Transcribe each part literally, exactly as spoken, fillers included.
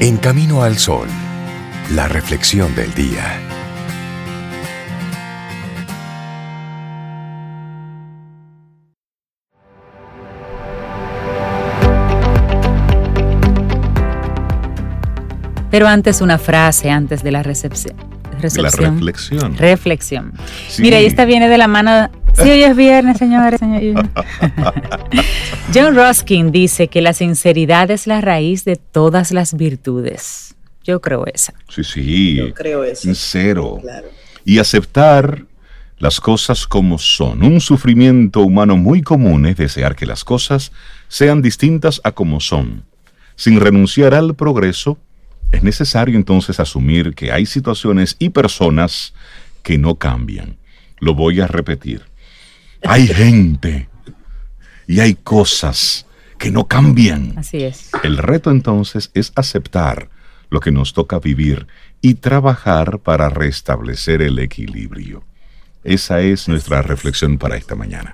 En Camino al Sol, la reflexión del día. Pero antes una frase, antes de la recepción. recepción. La reflexión. Reflexión. Sí. Mira, y esta viene de la mano. Sí, hoy es viernes, señores. señores. John Ruskin dice que la sinceridad es la raíz de todas las virtudes. Yo creo esa. Sí, sí. Yo creo eso. Sincero. Claro. Y aceptar las cosas como son. Un sufrimiento humano muy común es desear que las cosas sean distintas a como son. Sin renunciar al progreso, es necesario entonces asumir que hay situaciones y personas que no cambian. Lo voy a repetir. Hay gente y hay cosas que no cambian. Así es. El reto entonces es aceptar lo que nos toca vivir y trabajar para restablecer el equilibrio. Esa es nuestra reflexión para esta mañana.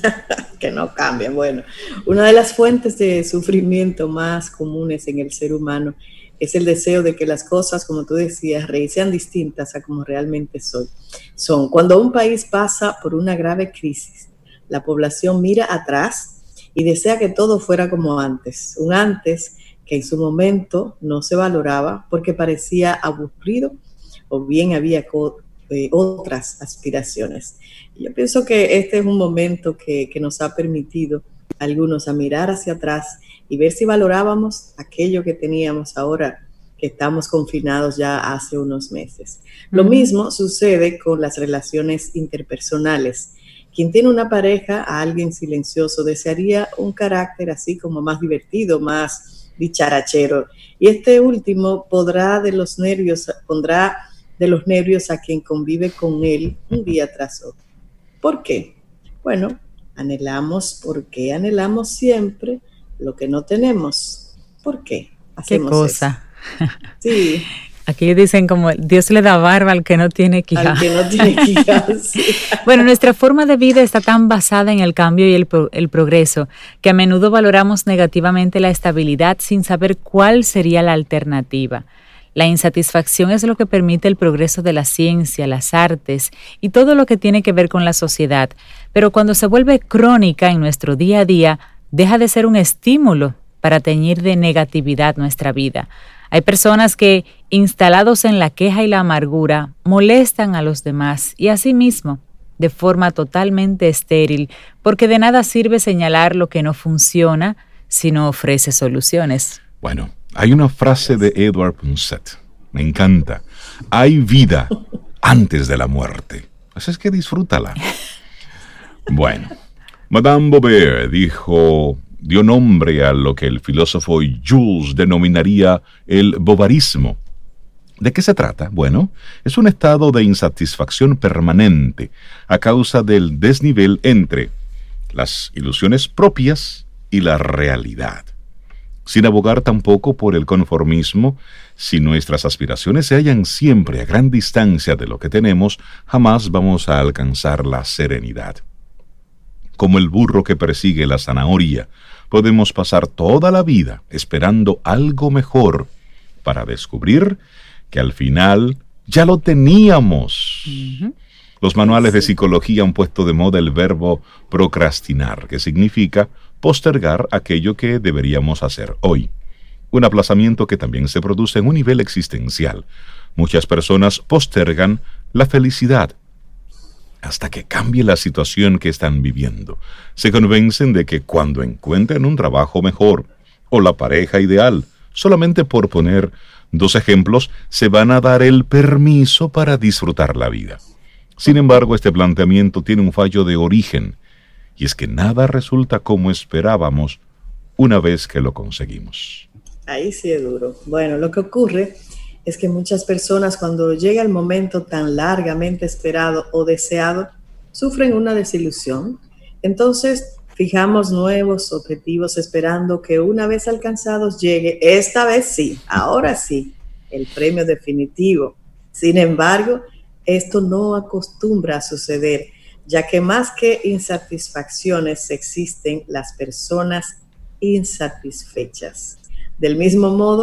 Que no cambian. Bueno, una de las fuentes de sufrimiento más comunes en el ser humano es el deseo de que las cosas, como tú decías, Rey, sean distintas a como realmente son. son. Cuando un país pasa por una grave crisis, la población mira atrás y desea que todo fuera como antes. Un antes que en su momento no se valoraba porque parecía aburrido o bien había co- eh, otras aspiraciones. Y yo pienso que este es un momento que, que nos ha permitido a algunos a mirar hacia atrás y ver si valorábamos aquello que teníamos ahora que estamos confinados ya hace unos meses. Lo Uh-huh. mismo sucede con las relaciones interpersonales. Quien tiene una pareja, a alguien silencioso, desearía un carácter así como más divertido, más dicharachero. Y este último podrá de los nervios, pondrá de los nervios a quien convive con él un día tras otro. ¿Por qué? Bueno, anhelamos, ¿por qué anhelamos siempre lo que no tenemos? ¿Por qué hacemos Qué cosa. eso? Sí. Aquí dicen como Dios le da barba al que no tiene quijada. Al que no tiene quijada, sí. Bueno, nuestra forma de vida está tan basada en el cambio y el, pro- el progreso que a menudo valoramos negativamente la estabilidad sin saber cuál sería la alternativa. La insatisfacción es lo que permite el progreso de la ciencia, las artes y todo lo que tiene que ver con la sociedad. Pero cuando se vuelve crónica en nuestro día a día, deja de ser un estímulo para teñir de negatividad nuestra vida. Hay personas que, instalados en la queja y la amargura, molestan a los demás y a sí mismo, de forma totalmente estéril, porque de nada sirve señalar lo que no funciona si no ofrece soluciones. Bueno, hay una frase de Edward Punset. Me encanta. Hay vida antes de la muerte. Así es que disfrútala. Bueno, Madame Bovary dijo... dio nombre a lo que el filósofo Jules denominaría el bovarismo. ¿De qué se trata? Bueno, es un estado de insatisfacción permanente a causa del desnivel entre las ilusiones propias y la realidad. Sin abogar tampoco por el conformismo, si nuestras aspiraciones se hallan siempre a gran distancia de lo que tenemos, jamás vamos a alcanzar la serenidad. Como el burro que persigue la zanahoria, podemos pasar toda la vida esperando algo mejor para descubrir que al final ya lo teníamos. Uh-huh. Los manuales de psicología han puesto de moda el verbo procrastinar, que significa postergar aquello que deberíamos hacer hoy. Un aplazamiento que también se produce en un nivel existencial. Muchas personas postergan la felicidad hasta que cambie la situación que están viviendo. Se convencen de que cuando encuentren un trabajo mejor o la pareja ideal, solamente por poner dos ejemplos, se van a dar el permiso para disfrutar la vida. Sin embargo, este planteamiento tiene un fallo de origen, y es que nada resulta como esperábamos una vez que lo conseguimos. Ahí sí es duro. Bueno, lo que ocurre es que muchas personas, cuando llega el momento tan largamente esperado o deseado, sufren una desilusión. Entonces, fijamos nuevos objetivos esperando que una vez alcanzados llegue, esta vez sí, ahora sí, el premio definitivo. Sin embargo, esto no acostumbra a suceder, ya que más que insatisfacciones existen las personas insatisfechas. Del mismo modo,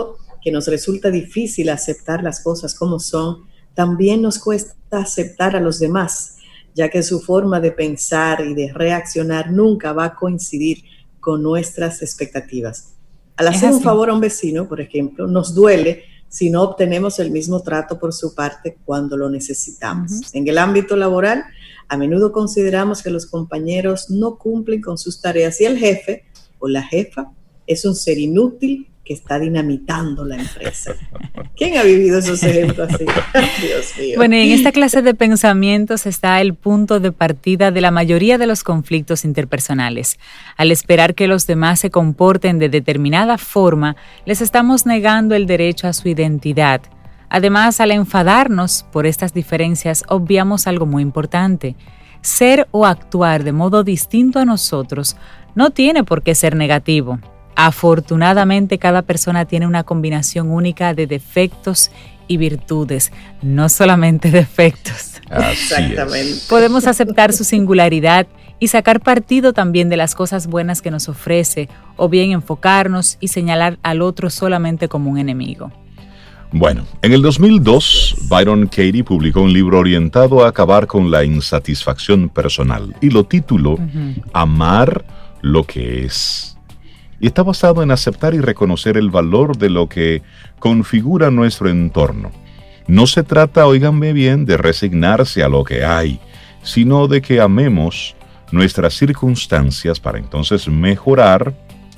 que nos resulta difícil aceptar las cosas como son, también nos cuesta aceptar a los demás, ya que su forma de pensar y de reaccionar nunca va a coincidir con nuestras expectativas. Al hacer un favor a un vecino, por ejemplo, nos duele si no obtenemos el mismo trato por su parte cuando lo necesitamos. Uh-huh. En el ámbito laboral, a menudo consideramos que los compañeros no cumplen con sus tareas y el jefe o la jefa es un ser inútil que está dinamitando la empresa. ¿Quién ha vivido esos ejemplos así? Dios mío. Bueno, en esta clase de pensamientos está el punto de partida de la mayoría de los conflictos interpersonales. Al esperar que los demás se comporten de determinada forma, les estamos negando el derecho a su identidad. Además, al enfadarnos por estas diferencias, obviamos algo muy importante. Ser o actuar de modo distinto a nosotros no tiene por qué ser negativo. Afortunadamente, cada persona tiene una combinación única de defectos y virtudes, no solamente defectos. Exactamente. Podemos aceptar su singularidad y sacar partido también de las cosas buenas que nos ofrece, o bien enfocarnos y señalar al otro solamente como un enemigo. Bueno, en el dos mil dos, Byron Katie publicó un libro orientado a acabar con la insatisfacción personal y lo tituló uh-huh. Amar lo que es. Y está basado en aceptar y reconocer el valor de lo que configura nuestro entorno. No se trata, óiganme bien, de resignarse a lo que hay, sino de que amemos nuestras circunstancias para entonces mejorar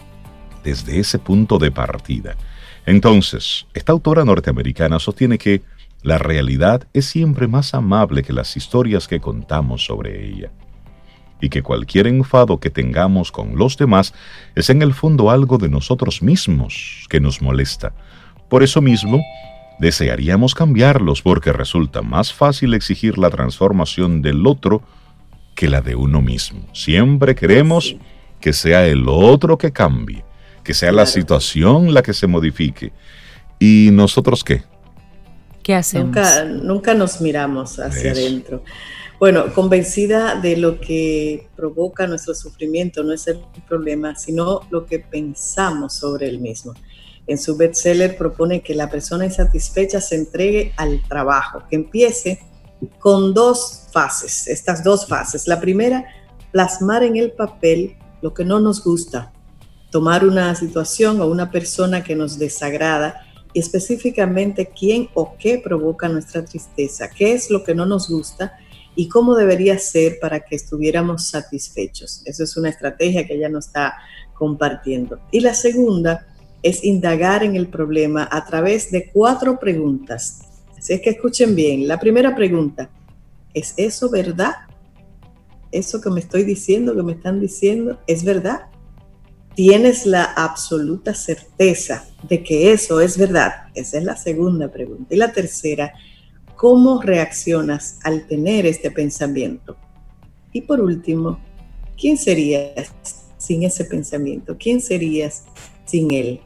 desde ese punto de partida. Entonces, esta autora norteamericana sostiene que la realidad es siempre más amable que las historias que contamos sobre ella. Y que cualquier enfado que tengamos con los demás es en el fondo algo de nosotros mismos que nos molesta. Por eso mismo, desearíamos cambiarlos porque resulta más fácil exigir la transformación del otro que la de uno mismo. Siempre queremos que sea el otro que cambie, que sea la situación la que se modifique. ¿Y nosotros qué? ¿Qué hacemos? Nunca, nunca nos miramos hacia Eso. adentro. Bueno, convencida de lo que provoca nuestro sufrimiento no es el problema, sino lo que pensamos sobre el mismo. En su bestseller propone que la persona insatisfecha se entregue al trabajo, que empiece con dos fases, estas dos fases. La primera, plasmar en el papel lo que no nos gusta, tomar una situación o una persona que nos desagrada y específicamente quién o qué provoca nuestra tristeza, qué es lo que no nos gusta y cómo debería ser para que estuviéramos satisfechos. Eso es una estrategia que ella nos está compartiendo. Y la segunda es indagar en el problema a través de cuatro preguntas. Así es que escuchen bien. La primera pregunta, ¿es eso verdad? ¿Eso que me estoy diciendo, que me están diciendo, es verdad? ¿Tienes la absoluta certeza de que eso es verdad? Esa es la segunda pregunta. Y la tercera, ¿cómo reaccionas al tener este pensamiento? Y por último, ¿quién serías sin ese pensamiento? ¿Quién serías sin él?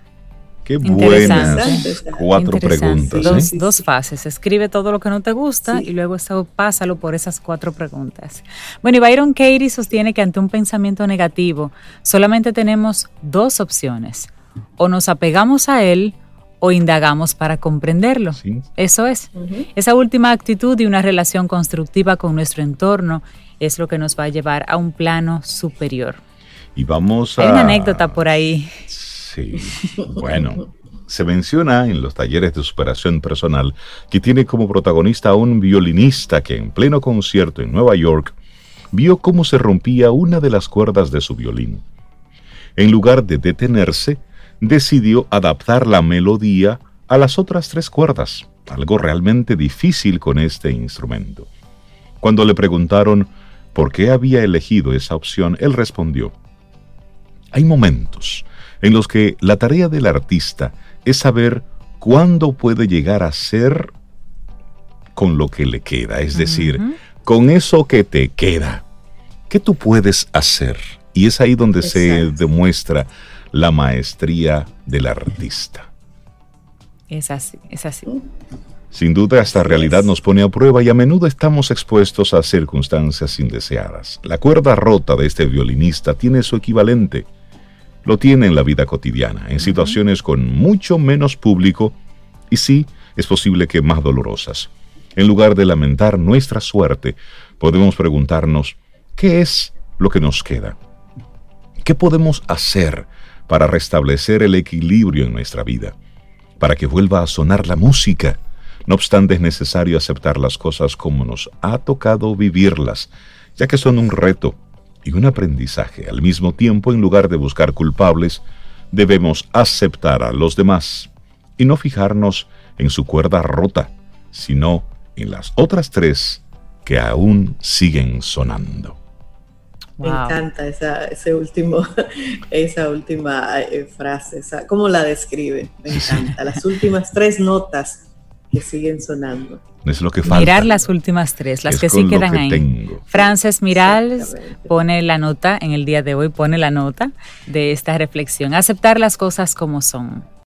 Qué buenas cuatro preguntas. Dos, ¿eh? dos fases. Escribe todo lo que no te gusta sí. y luego eso, pásalo por esas cuatro preguntas. Bueno, y Byron Katie sostiene que ante un pensamiento negativo solamente tenemos dos opciones. O nos apegamos a él o indagamos para comprenderlo. Sí. Eso es. Uh-huh. Esa última actitud y una relación constructiva con nuestro entorno es lo que nos va a llevar a un plano superior. Y vamos a... Hay una anécdota por ahí. Sí, bueno, se menciona en los talleres de superación personal que tiene como protagonista a un violinista que en pleno concierto en Nueva York vio cómo se rompía una de las cuerdas de su violín. En lugar de detenerse, decidió adaptar la melodía a las otras tres cuerdas, algo realmente difícil con este instrumento. Cuando le preguntaron por qué había elegido esa opción, él respondió: hay momentos en los que la tarea del artista es saber cuándo puede llegar a ser con lo que le queda, es decir, uh-huh. con eso que te queda. ¿Qué tú puedes hacer? Y es ahí donde Exacto. se demuestra la maestría del artista. Es así, es así. Sin duda, esta realidad nos pone a prueba y a menudo estamos expuestos a circunstancias indeseadas. La cuerda rota de este violinista tiene su equivalente. lo tiene en la vida cotidiana, en situaciones con mucho menos público y sí, es posible que más dolorosas. En lugar de lamentar nuestra suerte, podemos preguntarnos, ¿qué es lo que nos queda? ¿Qué podemos hacer para restablecer el equilibrio en nuestra vida? Para que vuelva a sonar la música. No obstante, es necesario aceptar las cosas como nos ha tocado vivirlas, ya que son un reto y un aprendizaje. Al mismo tiempo, en lugar de buscar culpables, debemos aceptar a los demás y no fijarnos en su cuerda rota, sino en las otras tres que aún siguen sonando. Me wow. encanta esa, ese último, esa última eh, frase, esa, ¿cómo la describe? Me encanta, las últimas tres notas que siguen sonando. Es lo que falta. Mirar las últimas tres, las es que sí quedan que ahí. Tengo. Frances Miralles pone la nota, en el día de hoy pone la nota de esta reflexión, aceptar las cosas como son.